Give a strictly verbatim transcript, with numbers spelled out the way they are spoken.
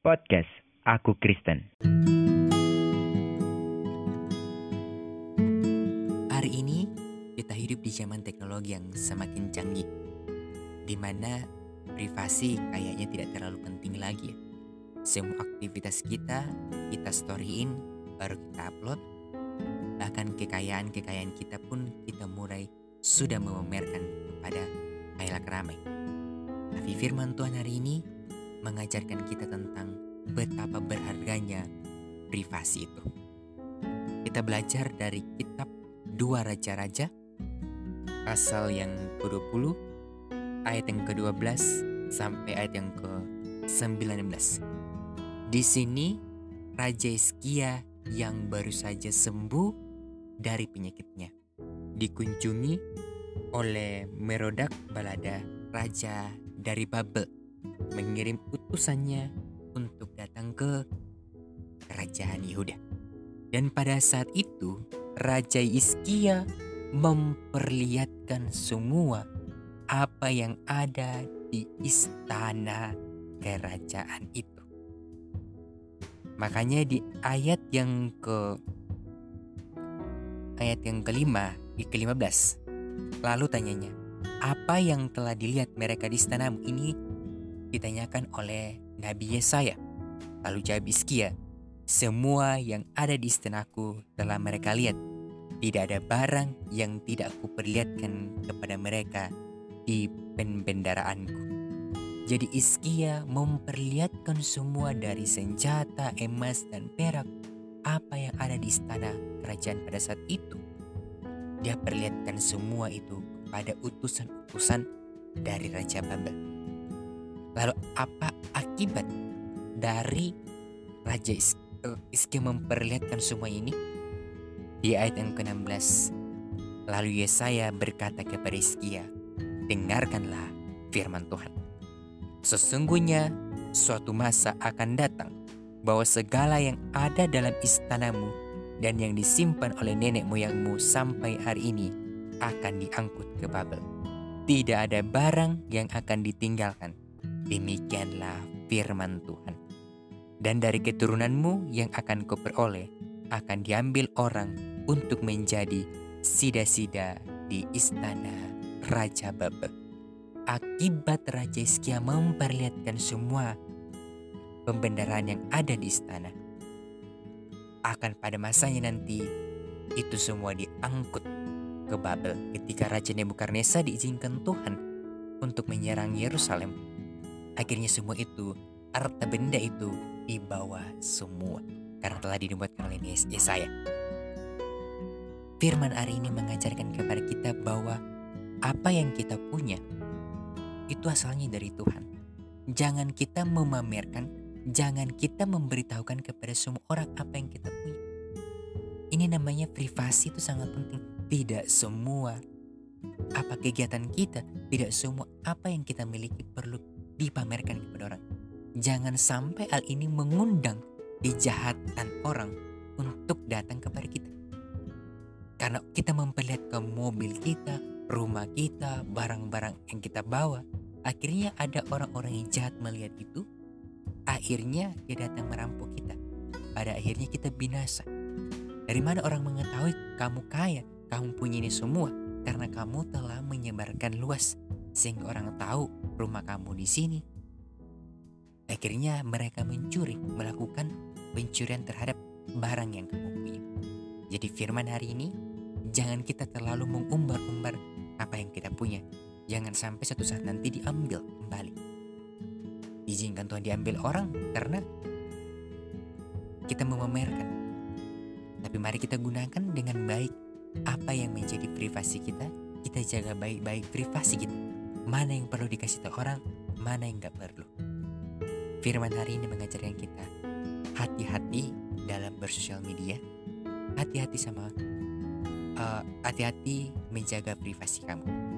Podcast Aku Kristen. Hari ini kita hidup di zaman teknologi yang semakin canggih, di mana privasi kayaknya tidak terlalu penting lagi ya. Semua aktivitas kita, kita storyin, baru kita upload. Bahkan kekayaan-kekayaan kita pun kita mulai sudah memamerkan kepada khalayak ramai. Tapi firman Tuhan hari ini mengajarkan kita tentang betapa berharganya privasi itu. Kita belajar dari kitab Dua Raja-Raja pasal yang kedua puluh ayat yang kedua belas sampai ayat yang ke sembilan belas. Di sini Raja Hizkia yang baru saja sembuh dari penyakitnya dikunjungi oleh Merodak Balada, raja dari Babel, mengirim utusannya untuk datang ke kerajaan Yehuda. Dan pada saat itu Raja Hizkia memperlihatkan semua apa yang ada di istana kerajaan itu. Makanya di ayat yang ke ayat yang kelima, di kelima belas, lalu tanyanya, apa yang telah dilihat mereka di istanamu? Ini ditanyakan oleh Nabi Yesaya. Lalu jawab Hizkia, semua yang ada di istanaku telah mereka lihat. Tidak ada barang yang tidak kuperlihatkan kepada mereka di pembendaraanku. Jadi Hizkia memperlihatkan semua dari senjata, emas, dan perak apa yang ada di istana kerajaan pada saat itu. Dia perlihatkan semua itu kepada utusan-utusan dari Raja Babel. Lalu apa akibat dari Raja Hizkia memperlihatkan semua ini? Di ayat yang ke enam belas, lalu Yesaya berkata kepada Hizkia, dengarkanlah firman Tuhan. Sesungguhnya suatu masa akan datang bahwa segala yang ada dalam istanamu dan yang disimpan oleh nenek moyangmu sampai hari ini akan diangkut ke Babel. Tidak ada barang yang akan ditinggalkan. Demikianlah firman Tuhan. Dan dari keturunanmu yang akan kau peroleh akan diambil orang untuk menjadi sida-sida di istana Raja Babel. Akibat Raja Hizkia memperlihatkan semua pembendaraan yang ada di istana, akan pada masanya nanti itu semua diangkut ke Babel ketika Raja Nebukadnezar diizinkan Tuhan untuk menyerang Yerusalem. Akhirnya semua itu, harta benda itu dibawa semua karena telah dinubuatkan oleh Yesaya. Firman hari ini mengajarkan kepada kita bahwa apa yang kita punya itu asalnya dari Tuhan. Jangan kita memamerkan, jangan kita memberitahukan kepada semua orang apa yang kita punya. Ini namanya privasi, itu sangat penting. Tidak semua apa kegiatan kita, tidak semua apa yang kita miliki perlu dipamerkan kepada orang. Jangan sampai hal ini mengundang kejahatan orang untuk datang kepada kita. Karena kita memperlihatkan mobil kita, rumah kita, barang-barang yang kita bawa, akhirnya ada orang-orang yang jahat melihat itu, akhirnya dia datang merampok kita. Pada akhirnya kita binasa. Dari mana orang mengetahui kamu kaya, kamu punya ini semua? Karena kamu telah menyebarkan luas sehingga orang tahu rumah kamu di sini. Akhirnya mereka mencuri, melakukan pencurian terhadap barang yang kamu punya. Jadi firman hari ini, jangan kita terlalu mengumbar-umbar apa yang kita punya. Jangan sampai suatu saat nanti diambil kembali. Izinkan Tuhan diambil orang karena kita memamerkan. Tapi mari kita gunakan dengan baik apa yang menjadi privasi kita. Kita jaga baik-baik privasi kita. Mana yang perlu dikasih tahu orang, mana yang gak perlu. Firman hari ini mengajarkan kita hati-hati dalam bersosial media. Hati-hati sama uh, hati-hati menjaga privasi kamu.